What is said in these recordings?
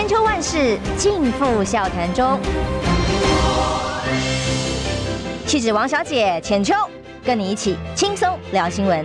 千秋万世尽付笑谈中。气质王小姐浅秋，跟你一起轻松聊新闻。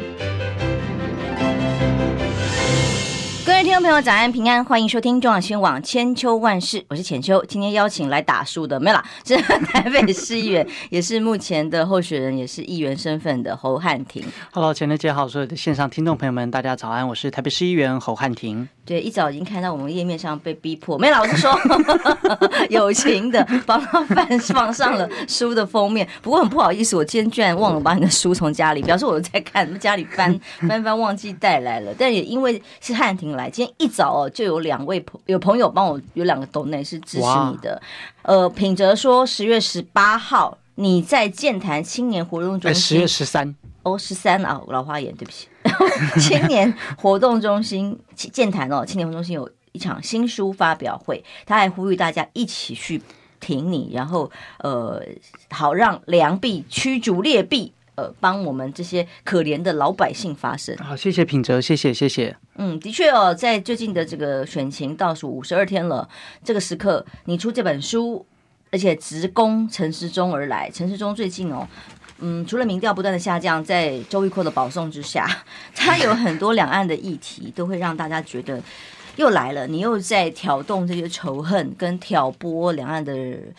各位听众朋友，早安平安，欢迎收听中央新闻网千秋万世，我是浅秋。今天邀请来打书的没有啦，是台北市议员，也是目前的候选人，也是议员身份的侯汉廷。 Hello， 浅秋姐好，所有的线上听众朋友们，大家早安，我是台北市议员侯汉廷。 对，一早已经看到我们页面上被逼迫，没有啦，我是说友情的帮他放上了书的封面。不过很不好意思，我今天居然忘了把你的书从家里，表示我在看，家里翻忘记带来了。但也因为是汉廷来，今天一早就有有朋友帮我，有2个斗内是支持你的。品哲说10月18号你在健谈青年活动中心，10月 13。 13啊，我老花眼，对不起。青年活动中心健谈青年活动中心有一场新书发表会，他还呼吁大家一起去挺你，然后好让良币驱逐劣币，帮我们这些可怜的老百姓发声。 好，谢谢品哲，谢谢。 的确在最近的这个选情倒数52天了，这个时刻你出这本书，而且直攻陈时中而来。陈时中最近除了民调不断的下降，在周玉蔻的保送之下，他有很多两岸的议题都会让大家觉得又来了，你又在挑动这些仇恨跟挑拨两岸的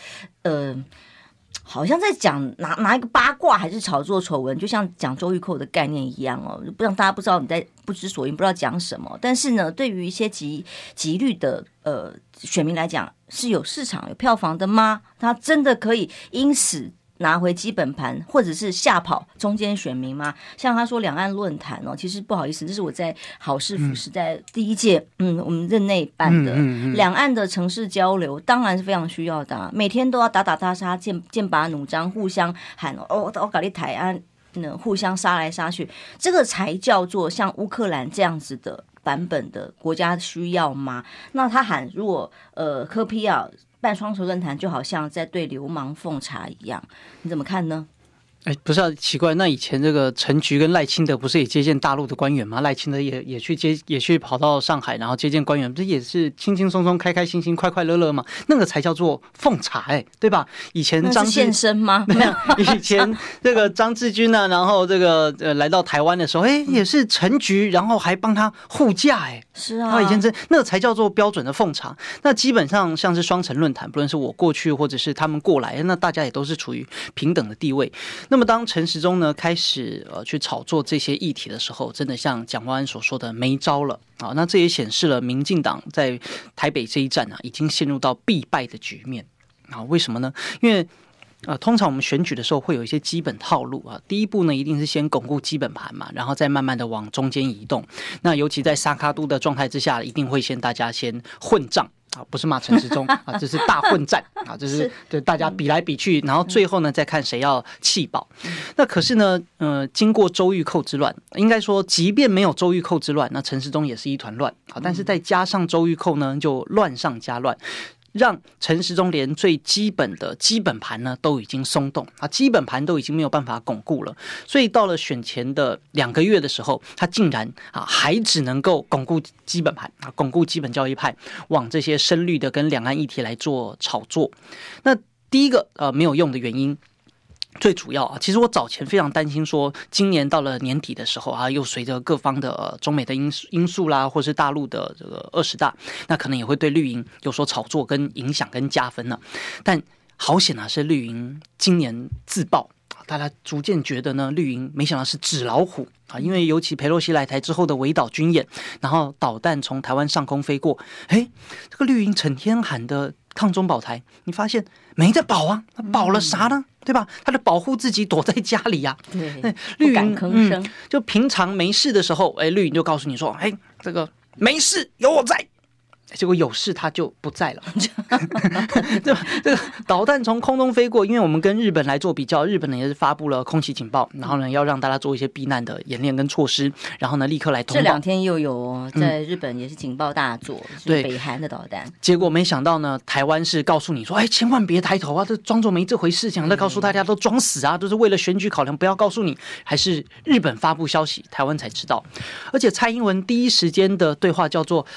好像在讲拿一个八卦还是炒作丑闻，就像讲周玉蔻的概念一样不让大家不知道你在不知所云，不知道讲什么。但是呢，对于一些极绿的选民来讲，是有市场有票房的吗？他真的可以因此拿回基本盘，或者是吓跑中间选民吗？像他说两岸论坛其实不好意思，这是我在好市府时代第一届我们任内办的两岸的城市交流，当然是非常需要的每天都要打打杀杀，剑拔弩张，互相喊我搞你台湾，互相杀来杀去，这个才叫做像乌克兰这样子的版本的国家需要吗？那他喊如果柯 P 办双城论坛，就好像在对流氓奉茶一样，你怎么看呢？ 不是奇怪，那以前这个陈菊跟赖清德不是也接见大陆的官员吗？赖清德也去跑到上海，然后接见官员，不是也是轻轻松松、开开心心、快快乐乐吗？那个才叫做奉茶对吧？以前那是现身吗？ 没有，以前这个张志军然后这个来到台湾的时候，也是陈菊，然后还帮他护驾是啊， 以前那个才叫做标准的奉茶。那基本上像是双城论坛，不论是我过去或者是他们过来，那大家也都是处于平等的地位。那么当陈时中呢开始去炒作这些议题的时候，真的像蒋万安所说的没招了那这也显示了民进党在台北这一战已经陷入到必败的局面为什么呢？因为通常我们选举的时候会有一些基本套路第一步呢一定是先巩固基本盘嘛，然后再慢慢的往中间移动。那尤其在沙卡都的状态之下，一定会大家先混账不是骂陈时中这是大混战这是对大家比来比去，然后最后呢再看谁要弃保。那可是呢经过周玉蔻之乱，应该说即便没有周玉蔻之乱，那陈时中也是一团乱但是再加上周玉蔻呢，就乱上加乱，让陈时中连最基本的基本盘呢都已经松动基本盘都已经没有办法巩固了。所以到了选前的2个月的时候，他竟然还只能够巩固基本盘巩固基本教义派，往这些深绿的跟两岸议题来做炒作。那第一个没有用的原因，最主要其实我早前非常担心说，今年到了年底的时候又随着各方的中美的因素啦，或是大陆的这个20大，那可能也会对绿营有所炒作跟影响跟加分但好险是绿营今年自爆，大家逐渐觉得呢，绿营没想到是纸老虎因为尤其裴洛西来台之后的围岛军演，然后导弹从台湾上空飞过，这个绿营整天喊的抗中保台，你发现没在保他保了啥呢？对吧？他在保护自己躲在家里对，不敢吭声就平常没事的时候绿营就告诉你说这个没事有我在，结果有事他就不在了对吧？这个导弹从空中飞过，因为我们跟日本来做比较，日本呢也是发布了空袭警报，然后呢要让大家做一些避难的演练跟措施，然后呢立刻来通报。 这2天又有在日本也是警报大作是北韩的导弹。 结果没想到呢，台湾是告诉你说千万别抬头这装作没这回事，讲的告诉大家都装死都是为了选举考量，不要告诉你。还是日本发布消息，台湾才知道。而且蔡英文第一时间的对话叫做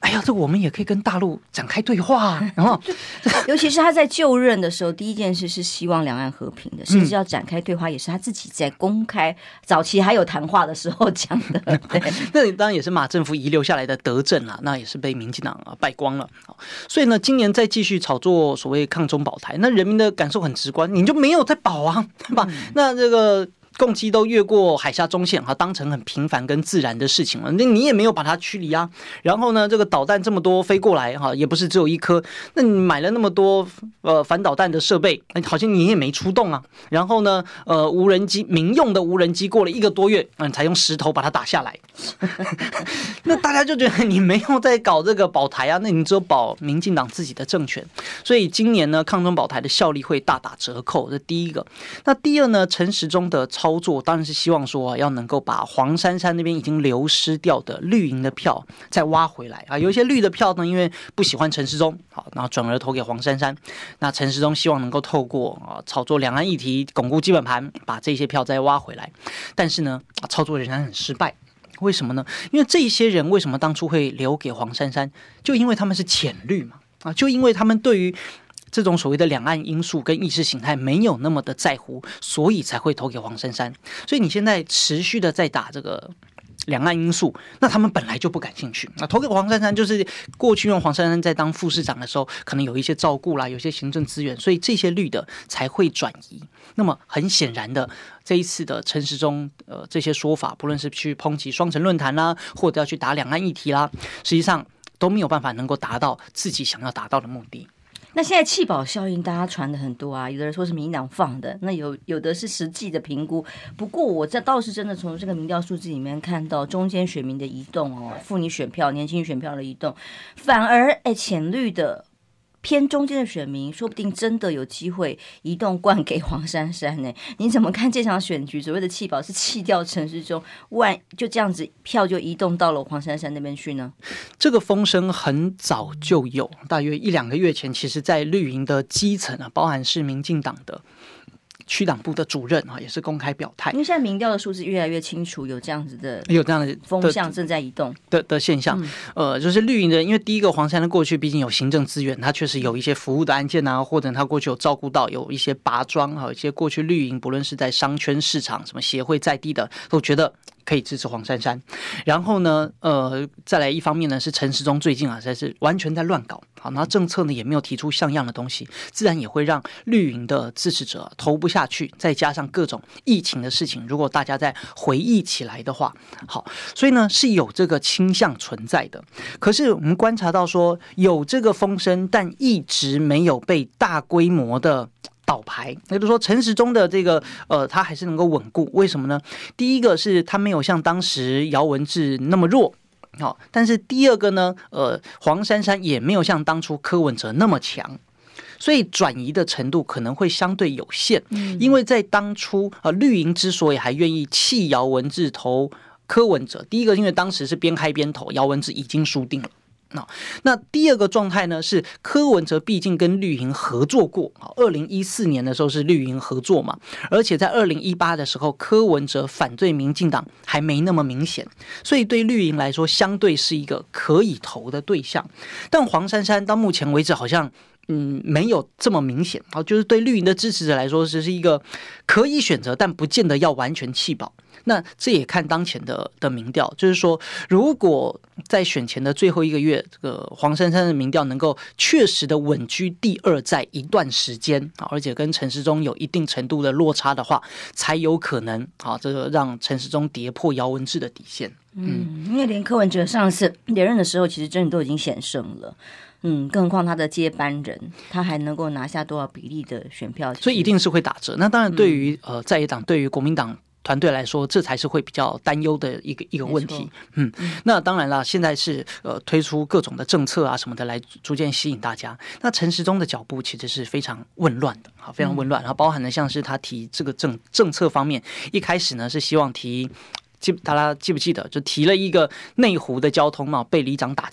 哎呀，这我们也可以跟大陆展开对话，然后尤其是他在就任的时候，第一件事是希望两岸和平的，甚至要展开对话，也是他自己在公开早期还有谈话的时候讲的。对， 那当然也是马政府遗留下来的德政啦，那也是被民进党败光了。所以呢，今年再继续炒作所谓抗中保台，那人民的感受很直观，你就没有在保啊，对吧？那这个共机都越过海峡中线，当成很平凡跟自然的事情了，那你也没有把它驱离啊。然后呢，这个导弹这么多飞过来也不是只有一颗，那你买了那么多反导弹的设备，好像你也没出动啊。然后呢，无人机民用的无人机过了1个多月，你才用石头把它打下来。那大家就觉得你没有在搞这个保台啊，那你只有保民进党自己的政权。所以今年呢，抗中保台的效力会大打折扣，这第一个。那第二呢，陈时中的操作当然是希望说要能够把黄珊珊那边已经流失掉的绿营的票再挖回来啊。有一些绿的票呢，因为不喜欢陈时中，好，然后转而投给黄珊珊。那陈时中希望能够透过炒作两岸议题，巩固基本盘，把这些票再挖回来。但是呢，操作仍然很失败。为什么呢？因为这些人为什么当初会留给黄珊珊，就因为他们是浅绿嘛，就因为他们对于这种所谓的两岸因素跟意识形态没有那么的在乎，所以才会投给黄珊珊。所以你现在持续的在打这个两岸因素，那他们本来就不感兴趣。那投给黄珊珊，就是过去用黄珊珊在当副市长的时候，可能有一些照顾啦，有些行政资源，所以这些绿的才会转移。那么很显然的，这一次的陈时中这些说法，不论是去抨击双城论坛啦，或者要去打两岸议题啦，实际上都没有办法能够达到自己想要达到的目的。 那现在弃保效应大家传的很多啊，有的人说是民进党放的，那有的是实际的评估。不过我这倒是真的从这个民调数字里面看到中间选民的移动妇女选票、年轻选票的移动，反而浅绿的偏中间的选民说不定真的有机会移动灌给黄珊珊呢。你怎么看这场选举？所谓的弃保是弃掉陈时中，就这样子票就移动到了黄珊珊那边去呢？ 这个风声很早就有，大约1-2个月前，其实在绿营的基层包含是民进党的区党部的主任也是公开表态， 因为现在民调的数字越来越清楚，有这样子的风向正在移动的现象。就是绿营的，因为第一个黄珊珊过去毕竟有行政资源，他确实有一些服务的案件啊，或者他过去有照顾到有一些拔庄一些过去绿营不论是在商圈市场什么协会在地的都觉得可以支持黄珊珊。然后呢再来一方面呢是陈时中最近实在是完全在乱搞，好，然后政策呢也没有提出像样的东西，自然也会让绿营的支持者投不下去，再加上各种疫情的事情，如果大家再回忆起来的话，好，所以呢是有这个倾向存在的。可是我们观察到说有这个风声，但一直没有被大规模的倒牌，也就是说陈时中的这个他还是能够稳固。为什么呢？第一个是他没有像当时姚文智那么弱，好，但是第二个呢黄珊珊也没有像当初柯文哲那么强，所以转移的程度可能会相对有限。因为在当初绿营之所以还愿意弃姚文智投柯文哲，第一个因为当时是边开边投，姚文智已经输定了。那第二个状态呢是柯文哲毕竟跟绿营合作过，2014年的时候是绿营合作嘛，而且在2018的时候柯文哲反对民进党还没那么明显，所以对绿营来说相对是一个可以投的对象。但黄珊珊到目前为止好像没有这么明显，就是对绿营的支持者来说是一个可以选择，但不见得要完全弃保。那这也看当前的民调，就是说如果在选前的最后1个月，这个黄珊珊的民调能够确实的稳居第2在一段时间，而且跟陈时中有一定程度的落差的话，才有可能这个让陈时中跌破姚文智的底线。 因为连柯文哲上次连任的时候其实真的都已经险胜了，更何况他的接班人他还能够拿下多少比例的选票， 所以一定是会打折。那当然对于在野党对于国民党团队来说，这才是会比较担忧的一个问题。那当然啦，现在是推出各种的政策啊什么的来逐渐吸引大家。那陈时中的脚步其实是非常混乱的，非常混乱。然后包含了像是他提这个政策方面，一开始呢是希望提，大家记不记得就提了一个内湖的交通嘛，被里长打枪。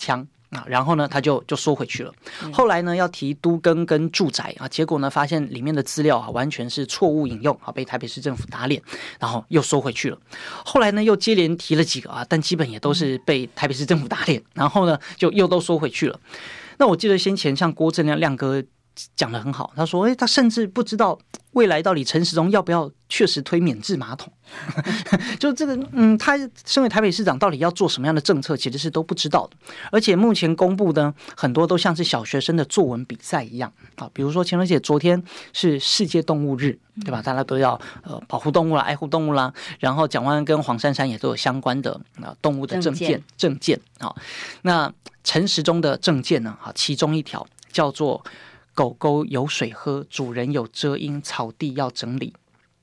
然后呢他就缩回去了。后来呢要提都更跟住宅结果呢发现里面的资料完全是错误引用被台北市政府打脸，然后又缩回去了。后来呢又接连提了几个但基本也都是被台北市政府打脸，然后呢就又都缩回去了。那我记得先前像郭正亮哥讲得很好，他说他甚至不知道未来到底陈时中要不要确实推免治马桶就这个他身为台北市长到底要做什么样的政策其实是都不知道的。而且目前公布呢很多都像是小学生的作文比赛一样比如说钱伦姐昨天是世界动物日对吧，大家都要保护动物啦爱护动物啦，然后蒋万安跟黄珊珊也都有相关的动物的政见那陈时中的政见呢其中一条叫做狗狗有水喝，主人有遮阴，草地要整理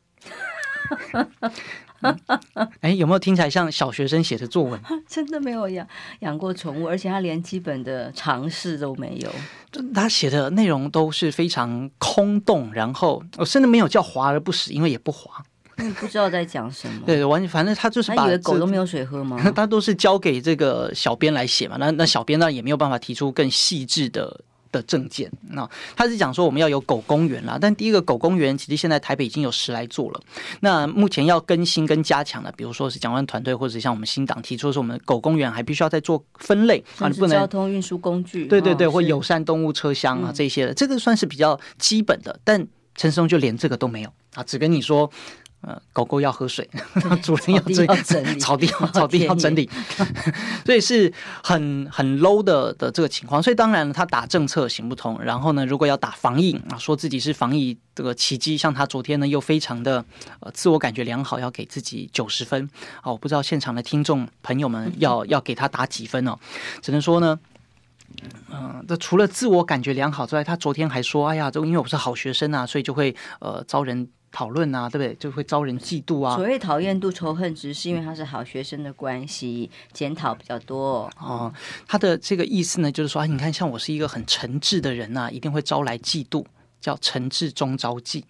有没有听起来像小学生写的作文？ 真的没有养过宠物，而且他连基本的常识都没有。 他写的内容都是非常空洞，然后我甚至没有叫华而不实，因为也不华。 不知道在讲什么。 对，反正他就是把他以为狗都没有水喝吗？ 他都是交给这个小编来写嘛，那小编呢也没有办法提出更细致的政见。他是讲说我们要有狗公园啦，但第一个狗公园其实现在台北已经有10来座了。那目前要更新跟加强的，比如说是蒋万安团队或者像我们新党提出说我们狗公园还必须要再做分类甚至交通运输工具对或友善动物车厢这些的，这个算是比较基本的。但陈时中就连这个都没有只跟你说狗狗要喝水，主人要整理，草地要整理所以是很 low 的这个情况。所以当然他打政策行不通，然后呢如果要打防疫说自己是防疫这个奇迹，像他昨天呢又非常的自我感觉良好，要给自己90分我不知道现场的听众朋友们要给他打几分只能说呢除了自我感觉良好之外，他昨天还说因为我是好学生所以就会遭人讨论对不对？就会遭人嫉妒所谓讨厌度仇恨值是因为他是好学生的关系，检讨比较多他的这个意思呢就是说你看像我是一个很诚挚的人一定会招来嫉妒，叫诚挚中招忌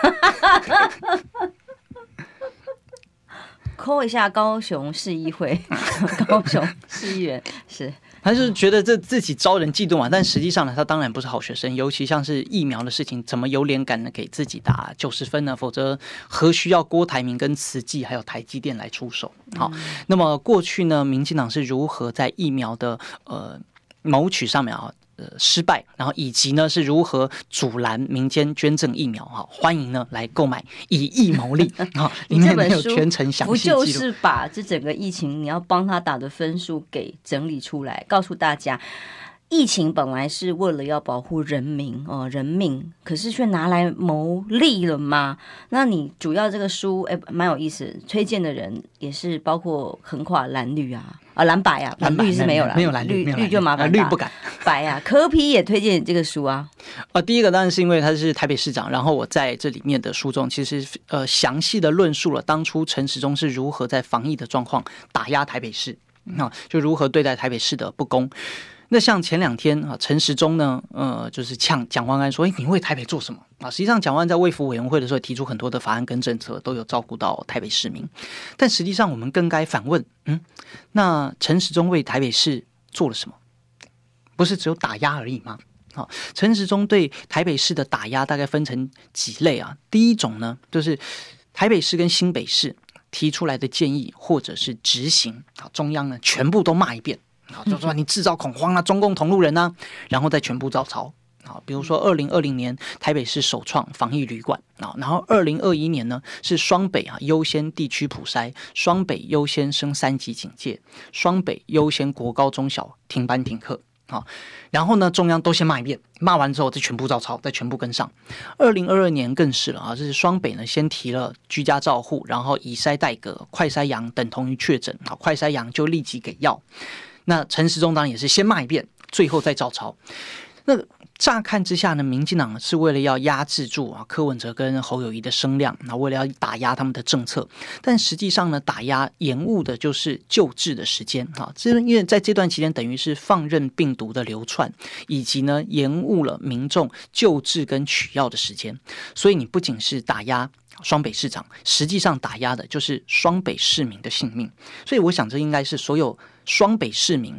call 一下高雄市议会高雄市议员是他就是觉得这自己招人嫉妒嘛，但实际上呢，他当然不是好学生，尤其像是疫苗的事情，怎么有脸敢给自己打90分呢？否则何需要郭台铭跟慈济还有台积电来出手？好，那么过去呢，民进党是如何在疫苗的谋取上面失败，然后以及呢是如何阻拦民间捐赠疫苗欢迎呢来购买以疫谋利里面没有全程详细记录， 不就是把这整个疫情你要帮他打的分数给整理出来，告诉大家疫情本来是为了要保护人民人命，可是却拿来谋利了吗？那你主要这个书蛮有意思，推荐的人也是包括横跨蓝绿蓝白蓝绿是没有蓝绿就麻烦绿不敢白柯 P 也推荐这个书第一个当然是因为他是台北市长，然后我在这里面的书中其实详细的论述了当初陈时中是如何在防疫的状况打压台北市就如何对待台北市的不公。那像前2天陈时中呢就是呛蒋万安说你为台北做什么实际上蒋万安在卫福委员会的时候提出很多的法案跟政策都有照顾到台北市民，但实际上我们更该反问那陈时中为台北市做了什么？不是只有打压而已吗？陈时中对台北市的打压大概分成几类第一种呢就是台北市跟新北市提出来的建议或者是执行中央呢全部都骂一遍就说你制造恐慌中共同路人然后再全部照抄比如说2020年台北市首创防疫旅馆然后2021年呢是双北优先地区普筛，双北优先升3级警戒，双北优先国高中小停班停课然后呢中央都先骂一遍，骂完之后再全部照抄，再全部跟上。2022年更是了这是双北呢先提了居家照护，然后以筛代隔，快筛阳等同于确诊快筛阳就立即给药。那陈时中当然也是先骂一遍，最后再照抄。那乍看之下呢，民进党是为了要压制住柯文哲跟侯友宜的声量，为了要打压他们的政策，但实际上呢，打压延误的就是救治的时间因为在这段期间等于是放任病毒的流窜，以及呢延误了民众救治跟取药的时间，所以你不仅是打压双北市长，实际上打压的就是双北市民的性命。所以我想这应该是所有双北市民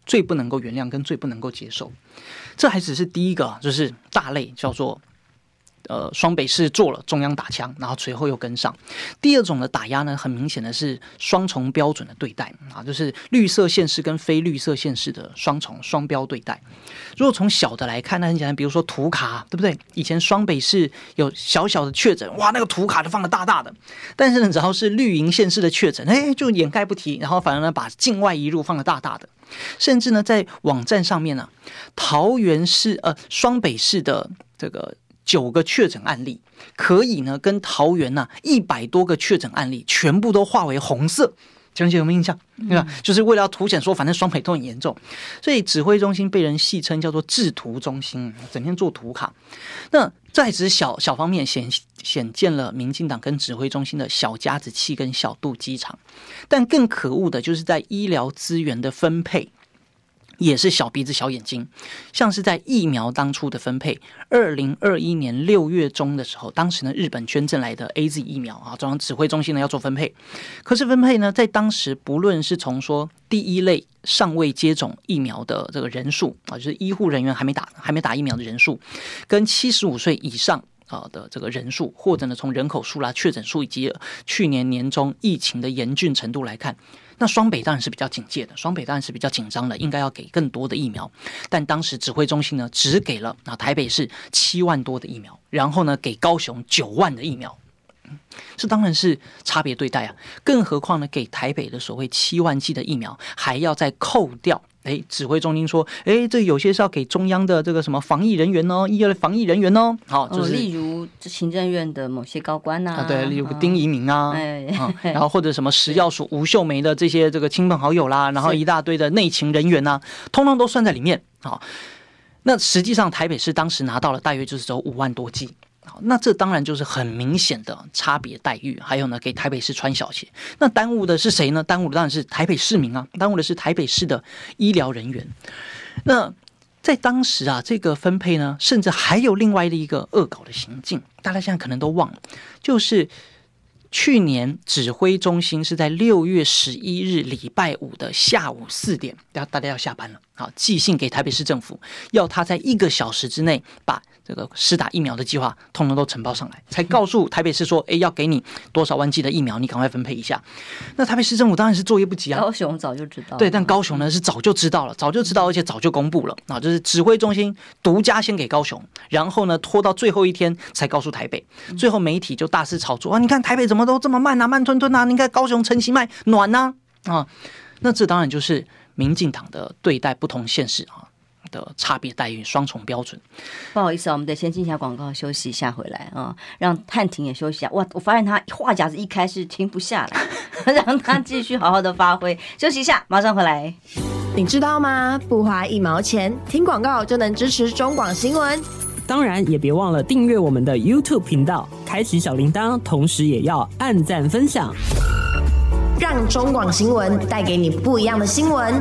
最不能够原谅跟最不能够接受。这还只是第一个，就是大类叫做双北市做了，中央打枪，然后随后又跟上。第二种的打压呢，很明显的是双重标准的对待啊，就是绿色县市跟非绿色县市的双标对待。如果从小的来看，那很简单，比如说图卡，对不对？以前双北市有小小的确诊，哇，那个图卡就放得大大的，但是呢，只要是绿营县市的确诊，就掩盖不提，然后反而呢把境外移入放得大大的，甚至呢在网站上面呢，桃园市双北市的这个9个确诊案例，可以呢跟桃园100多个确诊案例全部都化为红色。蒋姐有没有印象？对吧？就是为了要凸显说，反正双北都很严重，所以指挥中心被人戏称叫做制图中心，整天做图卡。那在只小方面显见了民进党跟指挥中心的小家子气跟小肚鸡肠，但更可恶的就是在医疗资源的分配。也是小鼻子小眼睛，像是在疫苗当初的分配，2021年6月中的时候，当时呢日本捐赠来的 AZ 疫苗啊，中央指挥中心呢要做分配，可是分配呢在当时不论是从说第一类尚未接种疫苗的这个人数啊，就是医护人员还没打疫苗的人数，跟75岁以上的这个人数，或者呢从人口数啦、确诊数以及去年年中疫情的严峻程度来看。那双北当然是比较警戒的，双北当然是比较紧张的，应该要给更多的疫苗。但当时指挥中心呢，只给了台北市7万多的疫苗，然后呢给高雄9万的疫苗，这当然是差别对待啊。更何况呢，给台北的所谓7万剂的疫苗，还要再扣掉。指挥中心说，这有些是要给中央的这个什么防疫人员哦，医院的防疫人员哦，好，就是例如行政院的某些高官对，例如丁仪明然后或者什么食药署吴秀梅的这些这个亲朋好友啦，然后一大堆的内勤人员通通都算在里面。好，那实际上台北市当时拿到了大约就是只有5万多剂。那这当然就是很明显的差别待遇，还有呢，给台北市穿小鞋。那耽误的是谁呢？耽误的当然是台北市民啊，耽误的是台北市的医疗人员。那在当时这个分配呢，甚至还有另外的一个恶搞的行径，大家现在可能都忘了，就是去年指挥中心是在6月11日礼拜五的下午4点，大家要下班了，好，寄信给台北市政府，要他在1个小时之内把这个施打疫苗的计划通通都呈报上来，才告诉台北市说，要给你多少万剂的疫苗，你赶快分配一下。那台北市政府当然是作业不及啊。 高雄早就知道了， 对，但高雄呢是早就知道了，而且早就公布了啊，就是指挥中心独家先给高雄，然后呢拖到最后一天才告诉台北，最后媒体就大肆炒作你看台北怎么都这么慢慢吞吞你看高雄陈其迈暖那这当然就是民进党的对待不同县市的差别待遇，双重标准。 不好意思我们得先进一下广告，休息一下回来让汉庭也休息一下。哇，我发现他话匣子一开始停不下来，让他继续好好的发挥。休息一下，马上回来。 你知道吗？不花1毛钱，听广告就能支持中广新闻。 当然也别忘了订阅我们的 YouTube 频道，开启小铃铛，同时也要按赞分享， 让中广新闻带给你不一样的新闻。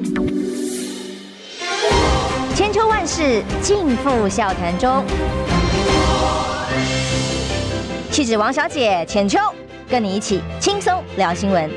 千秋万世尽付笑谈中，气质王小姐浅秋，跟你一起轻松聊新闻。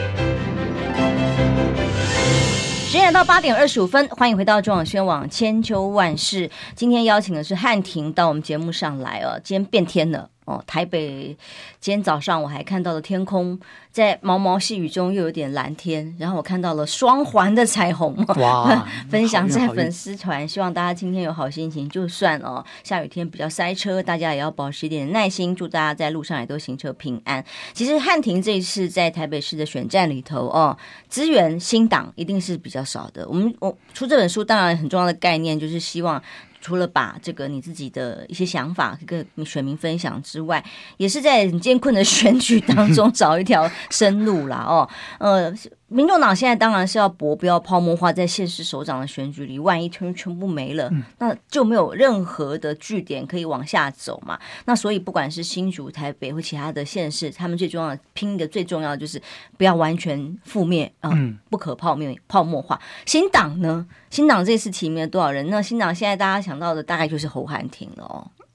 时间来到8点25分，欢迎回到中广宣网千秋万世。今天邀请的是汉庭到我们节目上来今天变天了台北今天早上我还看到了天空在毛毛细雨中又有点蓝天，然后我看到了双环的彩虹哇分享在粉丝团，希望大家今天有好心情，就算下雨天比较塞车，大家也要保持一点耐心，祝大家在路上也都行车平安。其实汉庭这一次在台北市的选战里头资源新党一定是比较少的。我出这本书当然很重要的概念就是希望除了把这个你自己的一些想法跟选民分享之外，也是在很艰困的选举当中找一条生路啦民众党现在当然是要博不要泡沫化，在县市首长的选举里，万一全部没了，那就没有任何的据点可以往下走嘛。那所以不管是新竹、台北或其他的县市，他们最重要的拼的最重要的就是不要完全覆灭不可泡沫化。新党呢？新党这次提名了多少人？那新党现在大家想到的大概就是侯汉廷了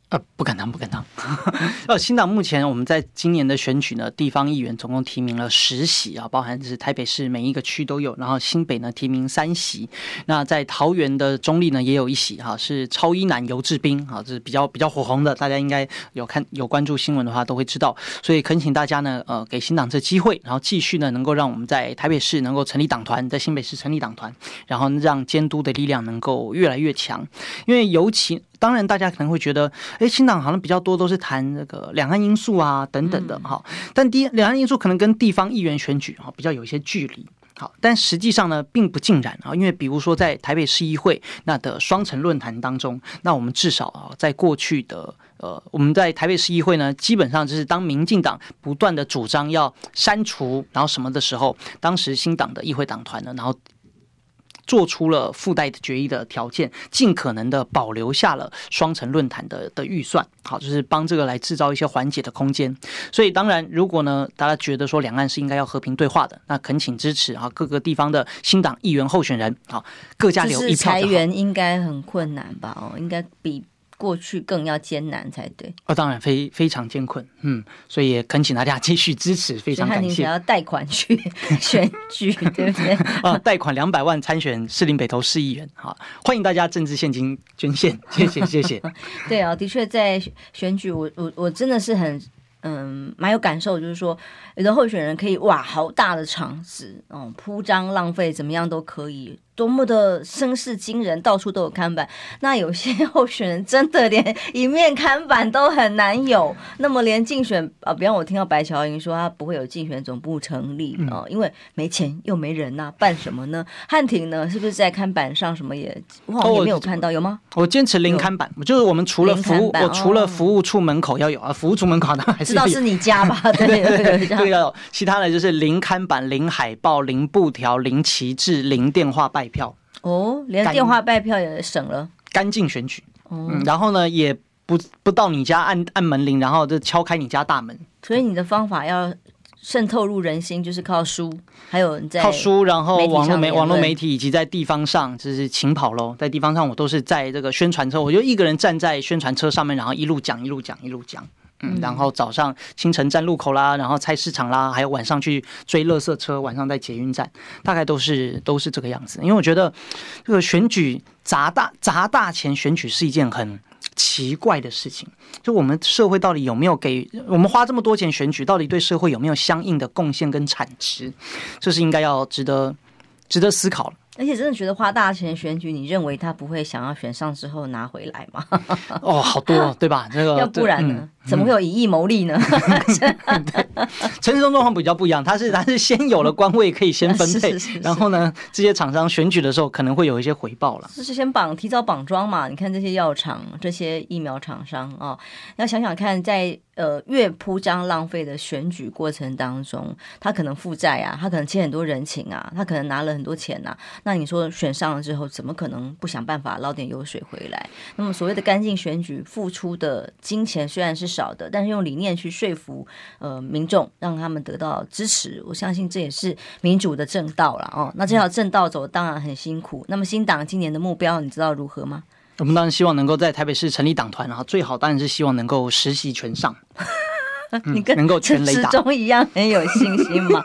不敢当，不敢当。新党目前我们在今年的选举呢，地方议员总共提名了10席啊，包含是台北市每一个区都有，然后新北呢提名3席，那在桃园的中立呢也有1席哈，是超一男游志斌啊，这是比较火红的，大家应该有关注新闻的话都会知道，所以恳请大家呢给新党这机会，然后继续呢能够让我们在台北市能够成立党团，在新北市成立党团，然后让监督的力量能够越来越强，因为尤其。当然，大家可能会觉得，新党好像比较多都是谈那个两岸因素啊等等的哈，但两岸因素可能跟地方议员选举比较有一些距离。好，但实际上呢，并不尽然啊，因为比如说在台北市议会那的双城论坛当中，那我们至少在过去的我们在台北市议会呢，基本上就是当民进党不断的主张要删除然后什么的时候，当时新党的议会党团呢，然后做出了附带的决议的条件，尽可能的保留下了双城论坛的预算，好，就是帮这个来制造一些缓解的空间。所以当然，如果呢大家觉得说两岸是应该要和平对话的，那恳请支持啊各个地方的新党议员候选人，好，各家留一票就好。 裁员应该很困难吧？应该比过去更要艰难才对。 当然非常艰困，所以也恳请大家继续支持，非常感谢。 所以要贷款去选举，对不对？ 贷款200万参选士林北投市议员，好，欢迎大家政治现金捐献，谢谢。 对啊，的确在选举，我真的是很。蛮有感受，就是说有的候选人可以好大的场子，铺张浪费怎么样都可以，多么的声势惊人，到处都有看板。那有些候选人真的连一面看板都很难有，那么连竞选比方我听到白乔莹说他不会有竞选总部成立因为没钱又没人办什么呢？汉庭呢是不是在看板上什么也没有看到，有吗？ 我坚持零看板，就是我们除了服务，我除了服务处门口要有服务处门口呢还是知道是你家吧？对， 要有，其他的就是零看板、零海报、零布条、零旗帜、零电话拜票。 连电话拜票也省了， 干净选举。然后呢，也不到你家按门铃，然后就敲开你家大门。 所以你的方法要渗透入人心，就是靠书，还有在靠书，然后网络媒体以及在地方上就是勤跑咯。在地方上，我都是在这个宣传车，我就一个人站在宣传车上面，然后一路讲。然后早上清晨站路口啦，然后菜市场啦，还有晚上去追垃圾车，晚上在捷运站，大概都是这个样子。因为我觉得这个选举砸大钱选举是一件很奇怪的事情，就我们社会到底有没有给我们花这么多钱选举，到底对社会有没有相应的贡献跟产值，这是应该要值得思考了。 而且真的觉得花大钱选举，你认为他不会想要选上之后拿回来吗？ 好多对吧？这个要不然呢？怎么会有以亿谋利呢？ 陈时中状况比较不一样，他是先有了官位可以先分配，然后呢，这些厂商选举的时候可能会有一些回报了。 就是先提早绑桩嘛。你看这些药厂、这些疫苗厂商要想想看，在越铺张浪费的选举过程当中，他可能负债啊，他可能欠很多人情啊，他可能拿了很多钱啊。那你说选上了之后，怎么可能不想办法捞点油水回来？那么所谓的干净选举，付出的金钱虽然是少的，但是用理念去说服民众，让他们得到支持，我相信这也是民主的正道了那这条正道走当然很辛苦。那么新党今年的目标你知道如何吗？ 我们当然希望能够在台北市成立党团，然后最好当然是希望能够10席全上。 你跟能够全雷打陈时中一样很有信心吗？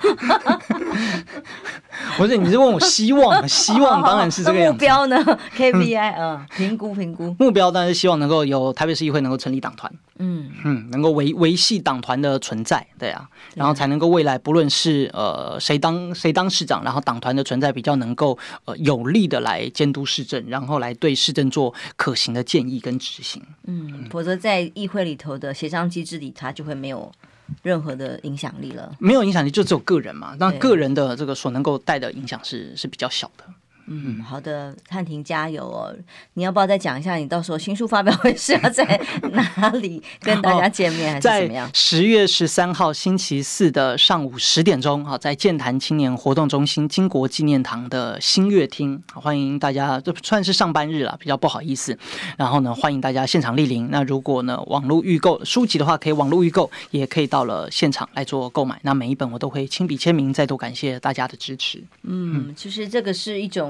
不是，你是问我希望当然是这个样子。 目标呢 ？KPI 评估目标当然是希望能够有台北市议会能够成立党团，能够维系党团的存在，对啊，然后才能够未来不论是谁当市长，然后党团的存在比较能够有力的来监督市政，然后来对市政做可行的建议跟执行。 否则在议会里头的协商机制里，它就会没有任何的影响力了。 没有影响力就只有个人嘛，那个人的这个所能够带的影响是比较小的。 好的，汉庭加油哦！你要不要再讲一下，你到时候新书发表会是要在哪里跟大家见面，还是怎么样？ 在10月13号星期四的上午10点钟，在健谈青年活动中心经国纪念堂的新乐厅，欢迎大家。这算是上班日了，比较不好意思。然后呢，欢迎大家现场莅临。那如果呢网络预购书籍的话，可以网络预购，也可以到了现场来做购买。那每一本我都会亲笔签名，再度感谢大家的支持。 其实这个是一种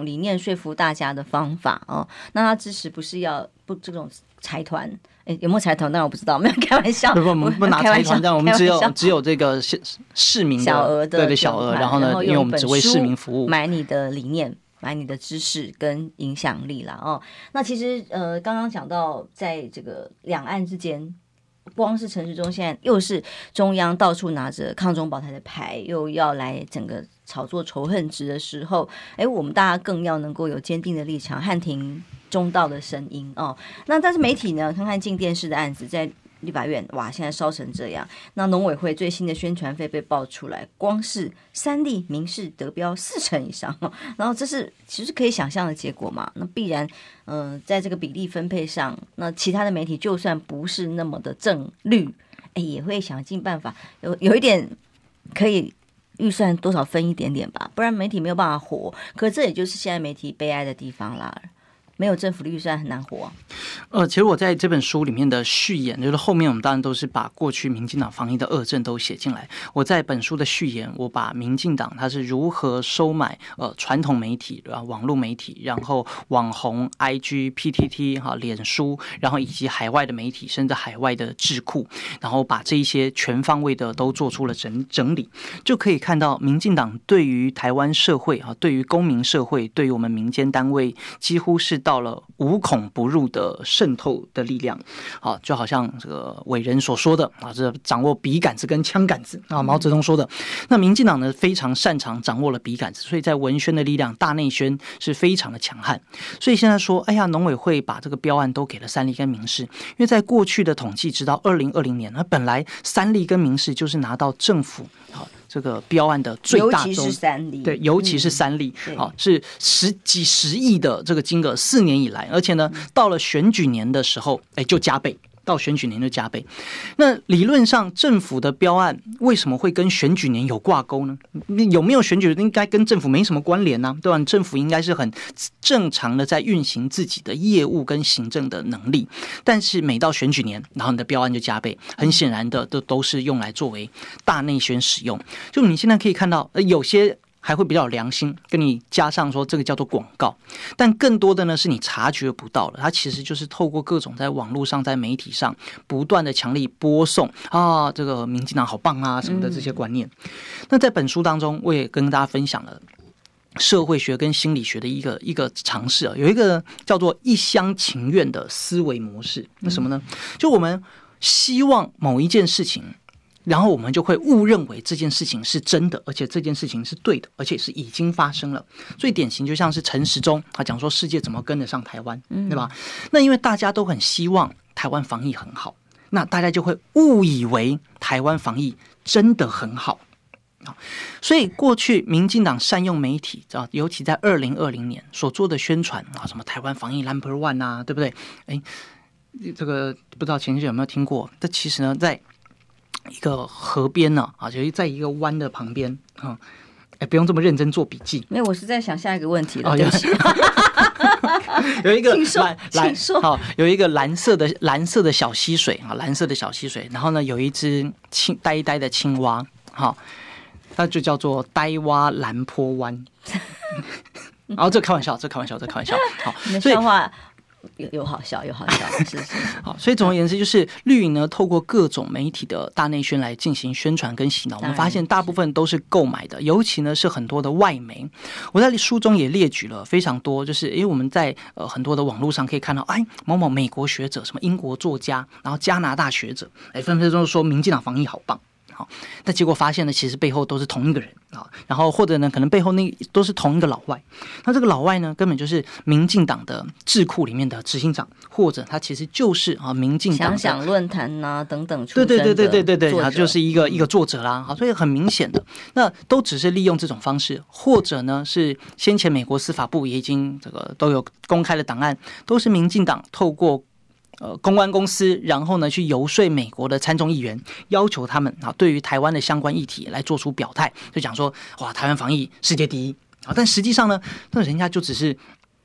种理念说服大家的方法哦。那他支持不是要不这种财团。有没有财团？当然我不知道，没有开玩笑。 我们不拿财团，但我们只有这个市民的小额的对小额，然后呢，因为我们只为市民服务， 买你的理念，买你的知识跟影响力啦哦。那其实刚刚讲到，在这个两岸之间，光是陈时中现在又是中央到处拿着抗中保台的牌，又要来整个炒作仇恨值的时候，我们大家更要能够有坚定的立场，汉庭中道的声音哦。那但是媒体呢，看看进电视的案子在立法院，哇，现在烧成这样。那农委会最新的宣传费被爆出来，光是3例民事得标40%以上，然后这是其实可以想象的结果嘛。那必然在这个比例分配上，那其他的媒体就算不是那么的正绿，也会想尽办法有一点可以预算多少分一点点吧，不然媒体没有办法活。可这也就是现在媒体悲哀的地方啦。没有政府的预算很难活。 其实我在这本书里面的序言，就是后面我们当然都是把过去民进党防疫的恶政都写进来。我在本书的序言，我把民进党它是如何收买传统媒体、网络媒体，然后网红、IG、PTT、脸书，然后以及海外的媒体，甚至海外的智库，然后把这一些全方位的都做出了整理，就可以看到民进党对于台湾社会对于公民社会，对于我们民间单位，几乎是到了无孔不入的渗透的力量。就好像这个伟人所说的这掌握笔杆子跟枪杆子毛泽东说的。那民进党呢，非常擅长掌握了笔杆子，所以在文宣的力量、大内宣是非常的强悍。所以现在说，农委会把这个标案都给了三立跟民视，因为在过去的统计，直到2020年，那本来三立跟民视就是拿到政府这个标案的最大宗， 尤其是三立， 对，尤其是三立，是几十亿的这个金额，4年以来，而且呢，到了选举年的时候，就加倍。到选举年就加倍。那理论上政府的标案为什么会跟选举年有挂钩呢？有没有选举应该跟政府没什么关联啊，对吧？政府应该是很正常的在运行自己的业务跟行政的能力，但是每到选举年，然后你的标案就加倍，很显然的都是用来作为大内宣使用。就你现在可以看到有些还会比较有良心，跟你加上说这个叫做广告，但更多的呢是你察觉不到了，它其实就是透过各种在网络上、在媒体上不断的强力播送这个民进党好棒啊什么的这些观念。那在本书当中，我也跟大家分享了社会学跟心理学的一个尝试有一个叫做一厢情愿的思维模式。那什么呢？就我们希望某一件事情，然后我们就会误认为这件事情是真的，而且这件事情是对的，而且是已经发生了。最典型就像是陈时中他讲说世界怎么跟得上台湾，对吧？那因为大家都很希望台湾防疫很好，那大家就会误以为台湾防疫真的很好。所以过去民进党善用媒体，尤其在2020年所做的宣传什么台湾防疫 No.1 啊，对不对？这个不知道前些有没有听过？这其实呢，在一个河边呢，就是在一个湾的旁边不用这么认真做笔记。 没有，我是在想下一个问题了。对不起， 有一个请说有一个蓝色的小溪水蓝色的小溪水，然后呢有一只呆呆的青蛙它就叫做呆蛙蓝坡湾。然后这开玩笑。好， 你的笑话有好笑，是。 好，所以总而言之，就是绿营呢，透过各种媒体的大内宣来进行宣传跟洗脑。我们发现大部分都是购买的，尤其呢是很多的外媒。我在书中也列举了非常多，就是因为我们在很多的网络上可以看到，某某美国学者、什么英国作家，然后加拿大学者，纷纷都说民进党防疫好棒。好，但结果发现呢，其实背后都是同一个人然后或者呢，可能背后那都是同一个老外。那这个老外呢，根本就是民进党的智库里面的执行长，或者他其实就是民进党的想论坛等等出身的对，他就是一个作者啦。所以很明显的，那都只是利用这种方式，或者呢是先前美国司法部也已经这个都有公开的档案，都是民进党透过公关公司，然后呢去游说美国的参众议员，要求他们对于台湾的相关议题来做出表态，就讲说哇，台湾防疫世界第一但实际上呢，那人家就只是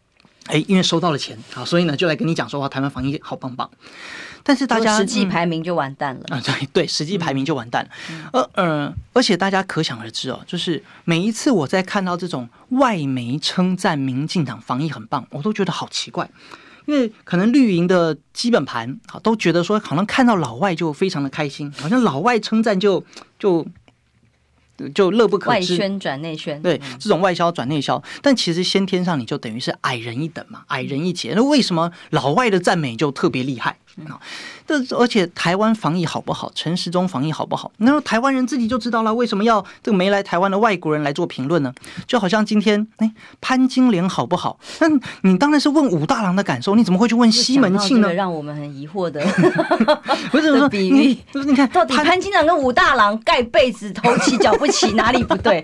因为收到了钱啊，所以呢就来跟你讲说台湾防疫好棒棒。但是大家实际排名就完蛋了对，实际排名就完蛋了。而且大家可想而知就是每一次我在看到这种外媒称赞民进党防疫很棒，我都觉得好奇怪。因为可能绿营的基本盘都觉得说，好像看到老外就非常的开心，好像老外称赞就乐不可支， 外宣转内宣， 对，这种外销转内销，但其实先天上你就等于是矮人一等嘛，矮人一截。那为什么老外的赞美就特别厉害？而且台湾防疫好不好，陈时中防疫好不好，那台湾人自己就知道了，为什么要这个没来台湾的外国人来做评论呢？就好像今天潘金莲好不好，那你当然是问武大郎的感受，你怎么会去问西门庆呢？ 让我们很疑惑的不是说比喻， 你看到底潘金莲跟武大郎盖被子头起脚不起哪里不对？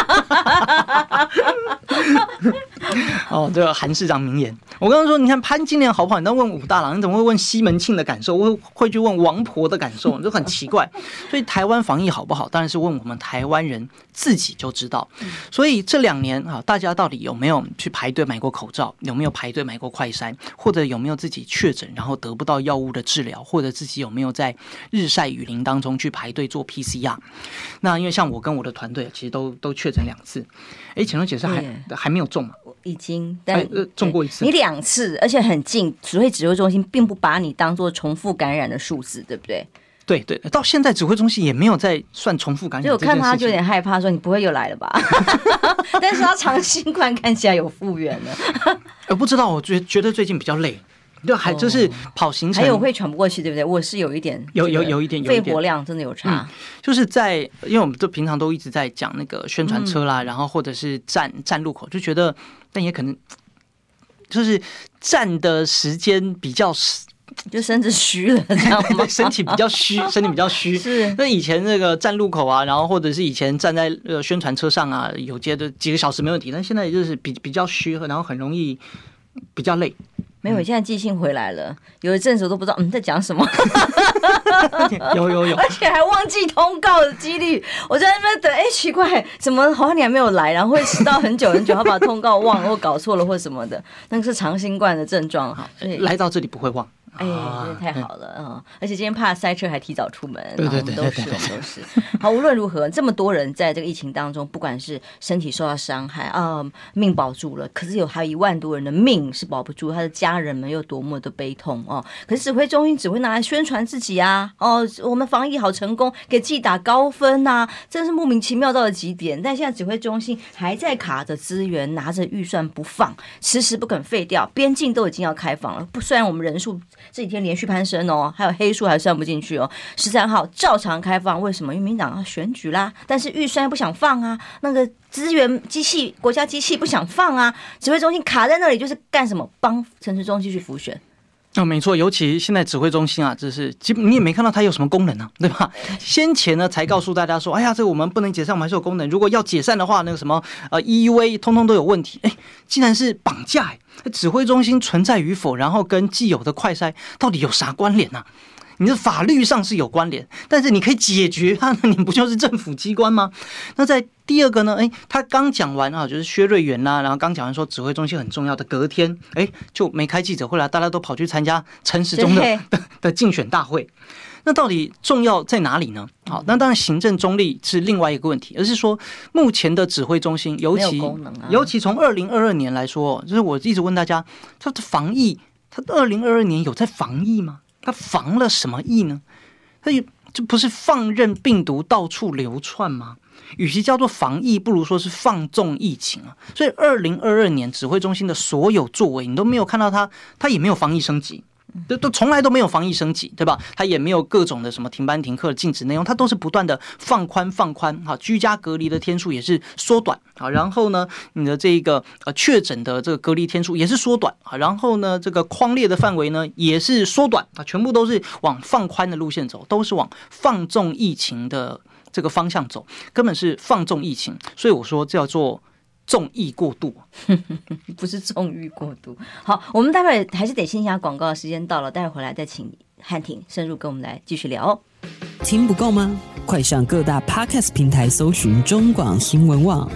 这个韩市长名言。我刚刚说，你看潘金莲好不好，你都问武大郎，你怎么会问西门庆的感受？会去问王婆的感受，就很奇怪。所以台湾防疫好不好，当然是问我们台湾人自己就知道。所以这2年大家到底有没有去排队买过口罩，有没有排队买过快筛，或者有没有自己确诊然后得不到药物的治疗，或者自己有没有在日晒雨淋当中去排队做 PCR？ 那因为像我跟我的团队其实都确诊2次。浅蓉姐是还没有中吗？ 已经，但中过1次。 你2次，而且很近，指挥中心并不把你当作重复感染的数字，对不对？ 对，到现在指挥中心也没有在算重复感染。 所以我看他就有点害怕，说你不会又来了吧？但是他长新冠看起来有复原了。 不知道，我觉得最近比较累。就是跑行程， 还有会喘不过气，对不对？我是有一点， 有一点肺活量真的有差。 就是因为我们平常都一直在讲那个宣传车啦，然后或者是站路口，就觉得，但也可能就是站的时间比较就身子虚了，这样吗？ 身体比较虚。 是。 那以前那个站路口啊，然后或者是以前站在宣传车上啊，有接的几个小时没问题，但现在就是比较虚，然后很容易比较累。 没有，现在记性回来了。有一阵子我都不知道在讲什么， 有， 而且还忘记通告的几率。我在那边等，奇怪，怎么好像你还没有来，然后会迟到很久，他把通告忘了或搞错了或什么的，那个是长新冠的症状。 来到这里不会忘。 真的太好了而且今天怕塞车还提早出门， 对， 我们都是。好，无论如何，这么多人在这个疫情当中，不管是身体受到伤害命保住了，可是还有1万多人的命是保不住，他的家人们又多么的悲痛可是指挥中心只会拿来宣传自己我们防疫好成功，给自己打高分真是莫名其妙到了极点。但现在指挥中心还在卡着资源，拿着预算不放，迟迟不肯废掉，边境都已经要开放了。虽然我们人数这几天连续攀升还有黑数还算不进去13号照常开放，为什么？因为民进党要选举啦，但是预算不想放那个资源机器国家机器不想放指挥中心卡在那里，就是干什么？帮陈时中继续辅选。 没错，尤其现在指挥中心这是你也没看到它有什么功能对吧？先前呢才告诉大家说，这个我们不能解散，我们还是有功能。如果要解散的话，那个什么EUA 通通都有问题。竟然是绑架指挥中心存在与否，然后跟既有的快筛到底有啥关联你的法律上是有关联，但是你可以解决它，你不就是政府机关吗？那在第二个呢？他刚讲完就是薛瑞元啦，然后刚讲完说指挥中心很重要的，隔天就没开记者会了，大家都跑去参加陈时中的竞选大会。那到底重要在哪里呢？好，那当然行政中立是另外一个问题，而是说目前的指挥中心，尤其从2022年来说，就是我一直问大家，他的防疫，他2022年有在防疫吗？他防了什么疫呢？他就不是放任病毒到处流窜吗？与其叫做防疫，不如说是放纵疫情所以2022年指挥中心的所有作为，你都没有看到他也没有防疫升级。都从来都没有防疫升级，对吧？他也没有各种的什么停班停课的禁止内容，他都是不断的放宽居家隔离的天数也是缩短然后呢，你的这个确诊的这个隔离天数也是缩短然后呢，这个匡列的范围呢也是缩短全部都是往放宽的路线走，都是往放纵疫情的这个方向走，根本是放纵疫情。所以我说这叫做纵欲过度不是纵欲过度。好，我们待会还是得先下广告，时间到了，待会回来再请汉庭深入跟我们来继续聊听不够吗？快上各大 Podcast 平台搜寻中广新闻网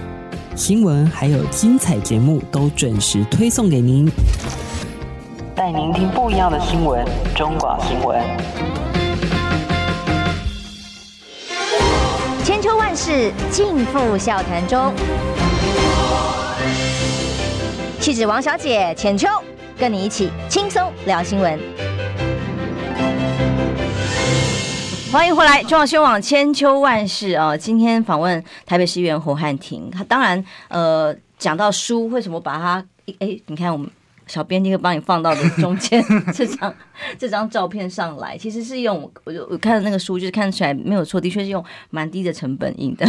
新闻还有精彩节目都准时推送给您， 带您听不一样的新闻，中广新闻。 千秋万世尽付笑谈中。气质王小姐浅秋，跟你一起轻松聊新闻。欢迎回来，中广新闻网千秋万世啊！今天访问台北市议员侯汉廷，他当然讲到书，为什么把它你看我们小编就会帮你放到的中间这张照片上来，其实是用我看的那个书，就是看起来没有错，的确是用蛮低的成本印的，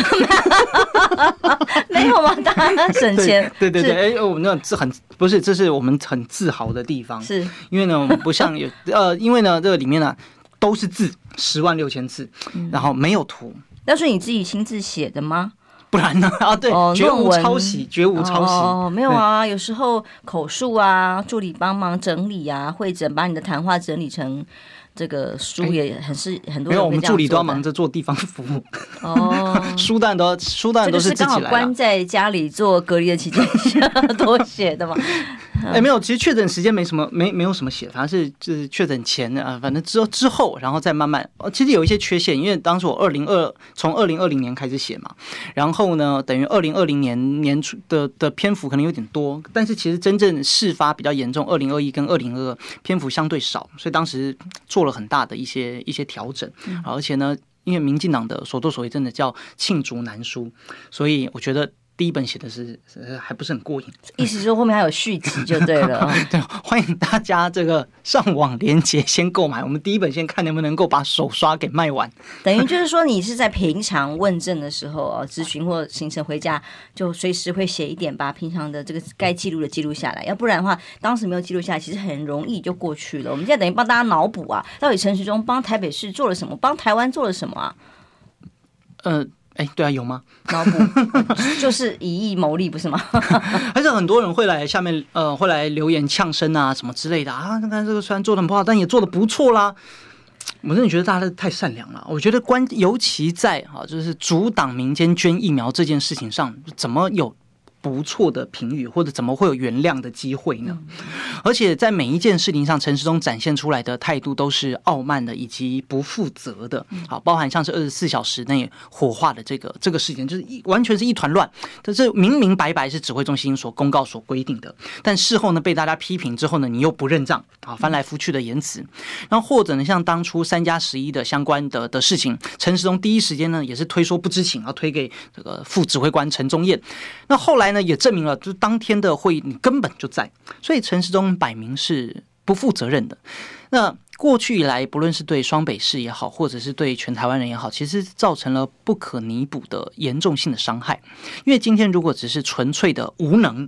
没有吗？大家省钱， 对，我们那不是，这是我们很自豪的地方， 是因为呢，我们不像因为呢，这个里面呢都是字106000字，然后没有图。 那是你自己亲自写的吗？ 不然呢？对，绝无抄袭，绝无抄袭。 没有啊，有时候口述啊，助理帮忙整理啊，会诊把你的谈话整理成这个书，也很多人没有，我们助理都要忙着做地方服务。书单都是自己来的。这个是刚好关在家里做隔离的期间多写的嘛。 没有，其实确诊时间没有什么写，反正是就是确诊前啊，反正之后，然后再慢慢。其实有一些缺陷，因为当时我从2020年开始写嘛，然后呢，等于2020年初的篇幅可能有点多，但是其实真正事发比较严重，2021跟2022篇幅相对少，所以当时做了很大的一些调整，而且呢，因为民进党的所作所为真的叫罄竹难书，所以我觉得第一本写的是还不是很过瘾， 意思是说后面还有续集就对了。 对，欢迎大家这个上网连结先购买，我们第一本先看能不能够把手刷给卖完。 等于就是说你是在平常问政的时候咨询或行程回家就随时会写一点，把平常的这个该记录的记录下来，要不然的话当时没有记录下来，其实很容易就过去了。我们现在等于帮大家脑补啊，到底陈时中帮台北市做了什么，帮台湾做了什么啊？ 对啊，有吗？ 脑补就是以义谋利，不是吗？ 还是很多人会来下面会来留言呛声啊什么之类的啊。你看这个虽然做的很不好，但也做的不错啦。我真的觉得大家太善良了。我觉得尤其在就是阻挡民间捐疫苗这件事情上，怎么有不错的评语，或者怎么会有原谅的机会呢？而且在每一件事情上，陈时中展现出来的态度都是傲慢的以及不负责的。好，包含像是24小时内火化的这个事件，就是完全是一团乱。这是明明白白是指挥中心所公告所规定的，但事后呢被大家批评之后呢，你又不认账，翻来覆去的言辞。然后或者呢，像当初3+11的相关的事情，陈时中第一时间呢也是推说不知情，然后推给这个副指挥官陈宗彦。那后来也证明了，就是当天的会议你根本就在，所以陈时中摆明是不负责任的。那过去以来，不论是对双北市也好，或者是对全台湾人也好，其实造成了不可弥补的严重性的伤害。因为今天如果只是纯粹的无能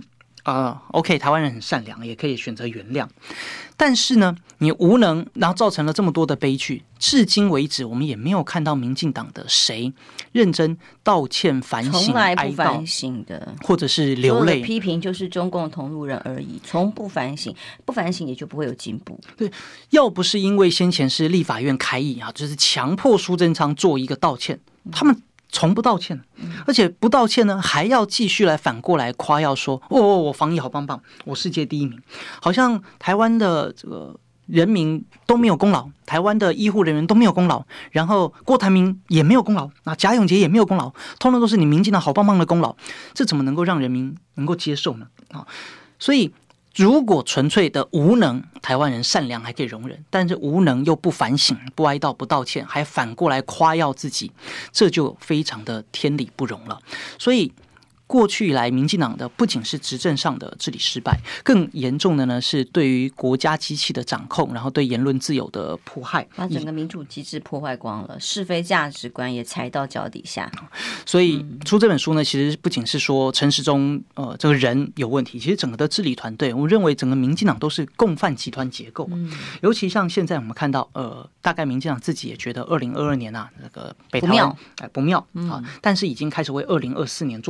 ，OK， 台湾人很善良，也可以选择原谅。但是呢，你无能，然后造成了这么多的悲剧，至今为止，我们也没有看到民进党的谁认真道歉、反省、 从来不反省的， 或者是流泪批评，就是中共同路人而已，从不反省，不反省也就不会有进步。 对，要不是因为先前是立法院开议就是强迫苏贞昌做一个道歉，他们从不道歉，而且不道歉呢，还要继续来反过来夸耀说，我防疫好棒棒，我世界第一名，好像台湾的这个人民都没有功劳，台湾的医护人员都没有功劳，然后郭台铭也没有功劳，贾永杰也没有功劳，通通都是你民进党好棒棒的功劳，这怎么能够让人民能够接受呢？所以如果纯粹的无能，台湾人善良还可以容忍，但是无能又不反省、不哀悼、不道歉，还反过来夸耀自己，这就非常的天理不容了。所以过去以来，民进党的不仅是执政上的治理失败，更严重的呢是对于国家机器的掌控，然后对言论自由的迫害， 把整个民主机制破坏光了，是非价值观也踩到脚底下。 所以出这本书呢，其实不仅是说陈时中这个人有问题，其实整个的治理团队，我认为整个民进党都是共犯集团结构。尤其像现在我们看到大概民进党自己也觉得2022年这个北台湾不妙但是已经开始为2024年做布局了。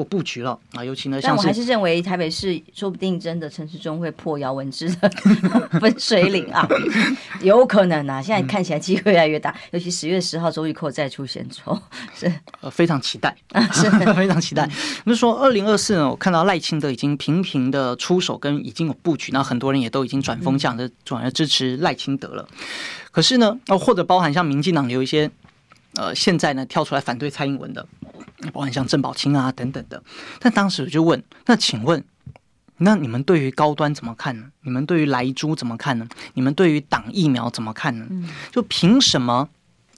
了啊，尤其呢， 但我还是认为台北市说不定真的陈时中会破姚文智的分水岭啊，有可能啊，现在看起来机会越来越大，尤其10月10号周玉蔻再出险州，是非常期待是非常期待。就是说2024呢，我看到赖清德已经频频的出手，跟已经有布局，那很多人也都已经转风向的转而支持赖清德了。可是呢，或者包含像民进党有一些现在呢跳出来反对蔡英文的，包含像郑宝清啊等等的。但当时我就问，那请问，那你们对于高端怎么看呢？你们对于莱猪怎么看呢？你们对于打疫苗怎么看呢？就凭什么？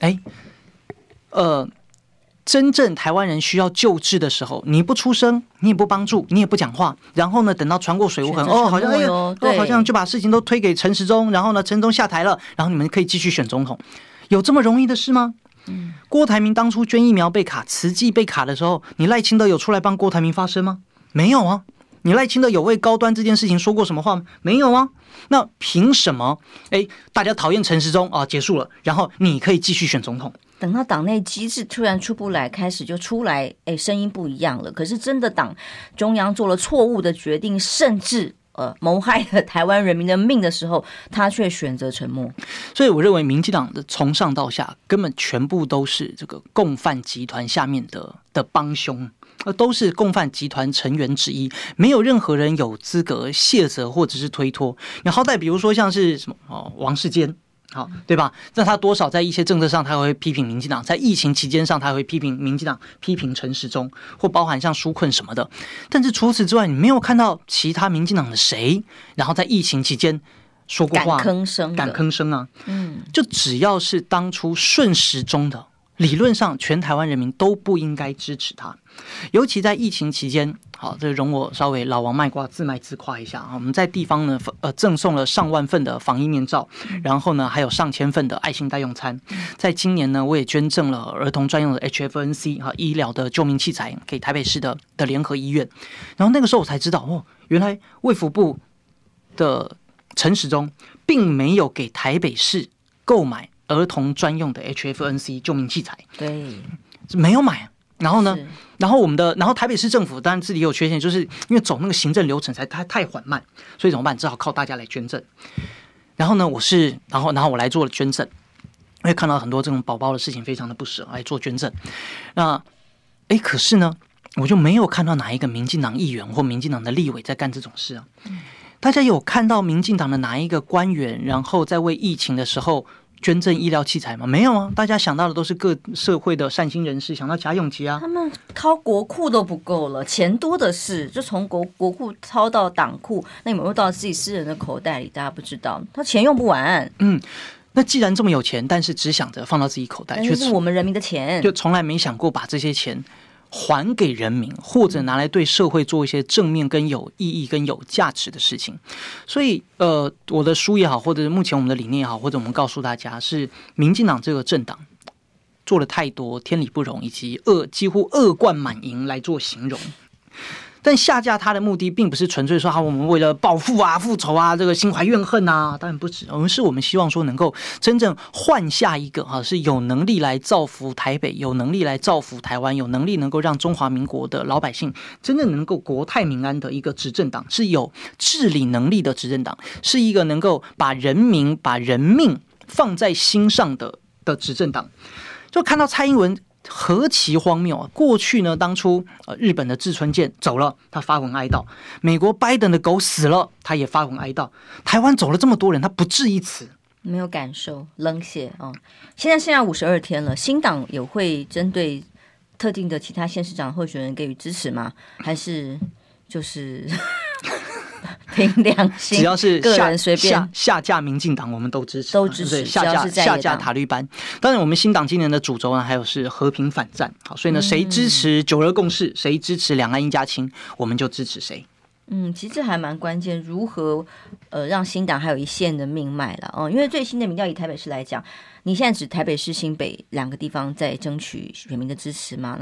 真正台湾人需要救治的时候，你不出声，你也不帮助，你也不讲话，然后呢，等到船过水无痕，好像好像就把事情都推给陈时中，然后呢，陈时中下台了，然后你们可以继续选总统，有这么容易的事吗？郭台铭当初捐疫苗被卡，慈济被卡的时候，你赖清德有出来帮郭台铭发声吗？没有啊。你赖清德有为高端这件事情说过什么话吗？没有啊。那凭什么？大家讨厌陈时中啊，结束了，然后你可以继续选总统。 等到党内机制突然出不来，开始就出来，声音不一样了。可是真的党中央做了错误的决定，甚至谋害了台湾人民的命的时候，他却选择沉默。 所以我认为民进党的从上到下根本全部都是这个共犯集团下面的帮凶，都是共犯集团成员之一，没有任何人有资格卸责或者是推脱。你好歹比如说像是什么王世坚。好，对吧？那他多少在一些政策上他会批评民进党，在疫情期间上他会批评民进党，批评陈时中，或包含像纾困什么的。但是除此之外，你没有看到其他民进党的谁，然后在疫情期间说过话，敢吭声啊！就只要是当初顺时钟的，理论上全台湾人民都不应该支持他。尤其在疫情期间，好，这容我稍微老王卖瓜自卖自夸一下啊！我们在地方呢，赠送了上万份的防疫面罩，然后呢，还有上千份的爱心代用餐。在今年呢，我也捐赠了儿童专用的 HFNC 医疗的救命器材给台北市的联合医院。然后那个时候我才知道，原来卫福部的陈时中并没有给台北市购买儿童专用的 HFNC 救命器材， 对， 没有买。然后呢？然后台北市政府当然自己也有缺陷，就是因为走那个行政流程太缓慢，所以怎么办？只好靠大家来捐赠。然后呢，然后我来做了捐赠，因为看到很多这种宝宝的事情，非常的不舍，来做捐赠。那可是呢，我就没有看到哪一个民进党议员或民进党的立委在干这种事啊。大家有看到民进党的哪一个官员，然后在为疫情的时候捐赠医疗器材吗？没有啊，大家想到的都是各社会的善心人士，想到贾永吉啊， 他们掏国库都不够了，钱多的是，就从国库掏到党库，那有没有到自己私人的口袋里？大家不知道，他钱用不完。 那既然这么有钱，但是只想着放到自己口袋， 这是我们人民的钱， 就从来没想过把这些钱还给人民，或者拿来对社会做一些正面跟有意义跟有价值的事情。所以我的书也好，或者目前我们的理念也好，或者我们告诉大家，是民进党这个政党做了太多天理不容以及几乎恶贯满盈来做形容。但下架他的目的并不是纯粹说我们为了报复啊、复仇啊、这个心怀怨恨啊，当然不止，我们希望说能够真正换下一个是有能力来造福台北、有能力来造福台湾、有能力能够让中华民国的老百姓真正能够国泰民安的一个执政党，是有治理能力的执政党，是一个能够把人民、把人命放在心上的执政党。就看到蔡英文何其荒谬啊！过去呢，当初日本的志村健走了，他发文哀悼；美国拜登的狗死了，他也发文哀悼。台湾走了这么多人，他不置一词， 没有感受，冷血哦。现在剩下52天了，新党有会针对特定的其他县市长候选人给予支持吗？还是就是凭良心， 只要是个人随便下架民进党，我们都支持， 都支持。 下架塔绿班。当然，我们新党今年的主轴呢，还有是和平反战。好，所以呢，谁支持九二共识，谁支持两岸一家亲，我们就支持谁。 其实这还蛮关键，如何让新党还有一线的命脉了因为最新的民调以台北市来讲，你现在指台北市、新北两个地方在争取选民的支持嘛？那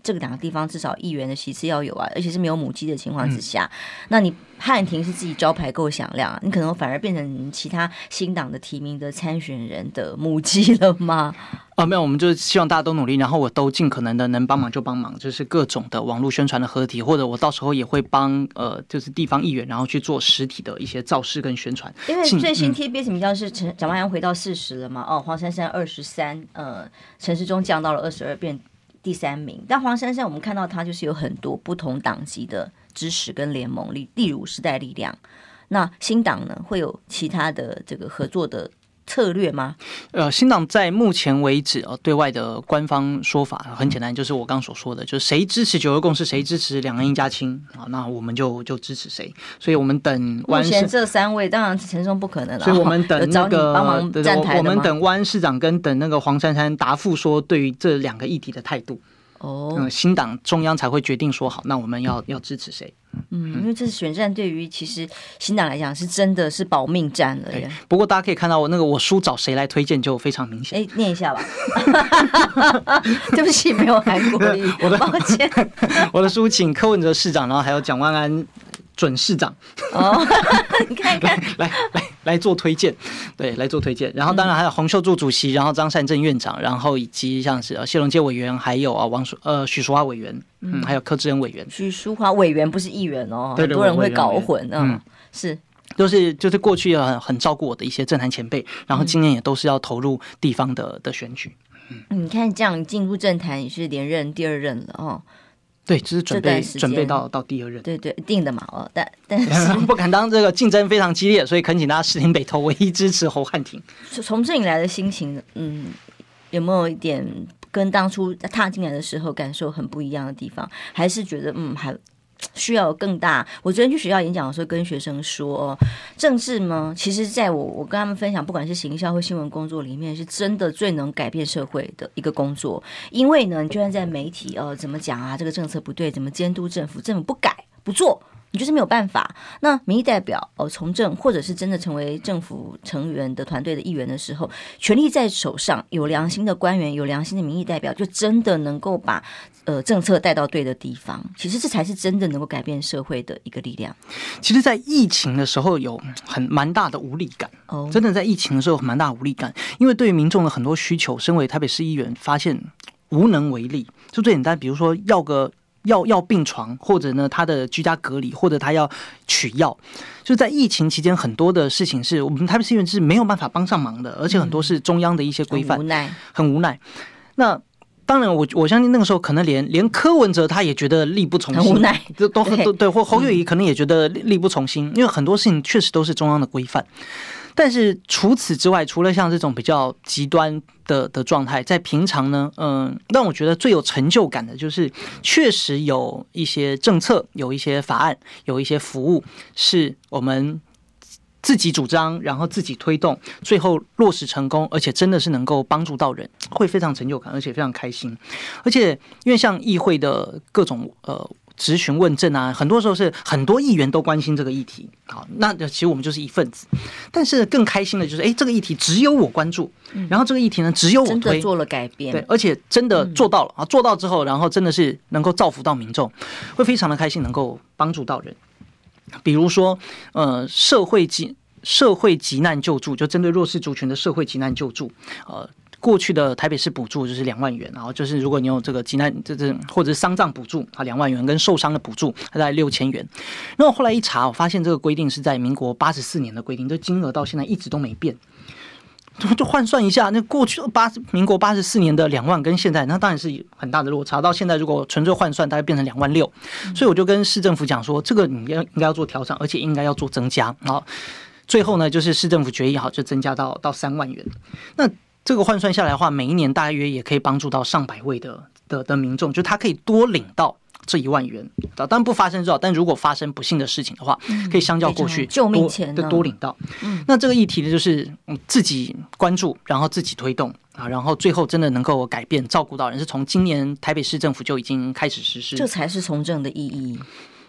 这个2个地方至少议员的席次要有啊，而且是没有母鸡的情况之下，那你汉庭是自己招牌够响亮，你可能反而变成其他新党的提名的参选人的母鸡了吗？ 没有，我们就是希望大家都努力，然后我都尽可能的能帮忙就帮忙，就是各种的网络宣传的合体，或者我到时候也会帮就是地方议员，然后去做实体的一些造势跟宣传。 因为最新 TBS 民调是蒋万安回到40了嘛，黄珊珊23，陈时中降到了22，变第3名。但黄珊珊我们看到他就是有很多不同党籍的支持跟联盟，例如时代力量。那新党呢会有其他的这个合作的策略吗？ 新党在目前为止对外的官方说法很简单，就是我刚刚所说的，就是谁支持9二共识，谁支持2岸1家亲那我们就支持谁。所以我们等目前这3位，当然陈松不可能了， 所以我们等那个帮忙站台的吗？ 我们等湾市长跟等那个黄珊珊答复说对于这2个议题的态度。新党中央才会决定说好，那我们要支持谁？ 因为这是选战，对于其实新党来讲是真的是保命战了耶。 不过大家可以看到我书找谁来推荐就非常明显。 念一下吧。对不起，没有韩国语，抱歉。 我的书请柯文哲市长，然后还有蒋万安准市长你看看来做推荐，对，来做推荐。然后当然还有洪秀柱主席，然后张善政院长，然后以及像是谢龙介委员，还有许淑华委员，还有柯志恩委员。 许淑华委员不是议员哦，很多人会搞混。是。 就是过去很照顾我的一些政坛前辈，然后今年也都是要投入地方的选举。 你看这样进入政坛也是连任第2任了对，就是准备到第2任。 对，一定的嘛但是不敢当，这个竞争非常激烈，所以恳请大家士林北投唯一支持侯汉廷。 从这里来的心情，有没有一点跟当初踏进来的时候感受很不一样的地方？还是觉得还需要有更大？我昨天去学校演讲的时候跟学生说，政治呢，其实在我跟他们分享，不管是行销或新闻工作里面，是真的最能改变社会的一个工作。因为呢，你就算在媒体怎么讲啊，这个政策不对，怎么监督政府不改不做，你就是没有办法。那民意代表从政，或者是真的成为政府成员的团队的议员的时候，权力在手上，有良心的官员，有良心的民意代表，就真的能够把政策带到对的地方。其实这才是真的能够改变社会的一个力量。 其实在疫情的时候有蛮大的无力感，真的在疫情的时候蛮大的无力感，因为对于民众的很多需求，身为台北市议员发现无能为力。就最简单，比如说要病床，或者呢他的居家隔离，或者他要取药，就在疫情期间很多的事情是我们台北市议员是没有办法帮上忙的，而且很多是中央的一些规范，很无奈。那当然我相信那个时候可能连柯文哲他也觉得力不从心， 很无奈， 对，或侯友宜可能也觉得力不从心，因为很多事情确实都是中央的规范。但是除此之外，除了像这种比较极端的状态，在平常呢，让我觉得最有成就感的就是确实有一些政策，有一些法案，有一些服务是我们自己主张，然后自己推动，最后落实成功，而且真的是能够帮助到人，会非常成就感，而且非常开心。而且因为像议会的各种质询问政啊，很多时候是很多议员都关心这个议题，好，那其实我们就是一份子。但是更开心的就是，这个议题只有我关注，然后这个议题呢只有我推， 真的做了改变， 对，而且真的做到了啊，做到之后，然后真的是能够造福到民众，会非常的开心，能够帮助到人。比如说，社会急难救助，就针对弱势族群的社会急难救助，过去的台北市补助就是2万元，然后就是如果你有这个急难，或者是丧葬补助2万元，跟受伤的补助大概6000元。然后后来一查，我发现这个规定是在民国84年的规定，这金额到现在一直都没变。就换算一下，那过去民国84年的2万跟现在，那当然是很大的落差。到现在如果纯粹换算，大概变成2万6。所以我就跟市政府讲说，这个你应该要做调整，而且应该要做增加。好，最后呢，就是市政府决议好，就增加到3万元。那这个换算下来的话，每一年大约也可以帮助到上百位的民众，就他可以多领到这1万元。当然不发生最好，但如果发生不幸的事情的话，可以相较过去救命钱多领到。那这个议题呢，就是自己关注，然后自己推动啊，然后最后真的能够改变、照顾到人，是从今年台北市政府就已经开始实施。 这才是从政的意义。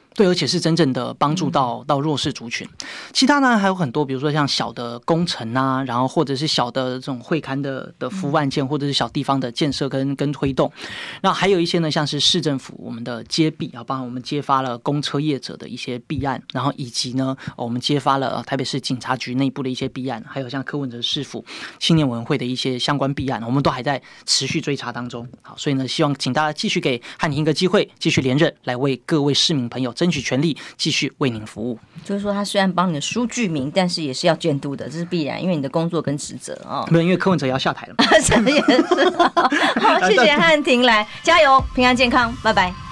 对，而且是真正的帮助到弱势族群。其他呢还有很多，比如说像小的工程啊，然后或者是小的这种会勘的服务案件，或者是小地方的建设跟推动。那还有一些呢，像是市政府我们的接弊啊，包含我们揭发了公车业者的一些弊案，然后以及呢我们揭发了台北市警察局内部的一些弊案，还有像柯文哲市府青年委员会的一些相关弊案，我们都还在持续追查当中。好，所以呢，希望请大家继续给汉庭一个机会，继续连任，来为各位市民朋友争取权利，继续为您服务。 就是说，他虽然帮你的书具名，但是也是要监督的，这是必然，因为你的工作跟职责哦。 没有，因为柯文哲也要下台了嘛。 这也是。好，谢谢汉庭来，加油，平安健康，拜拜。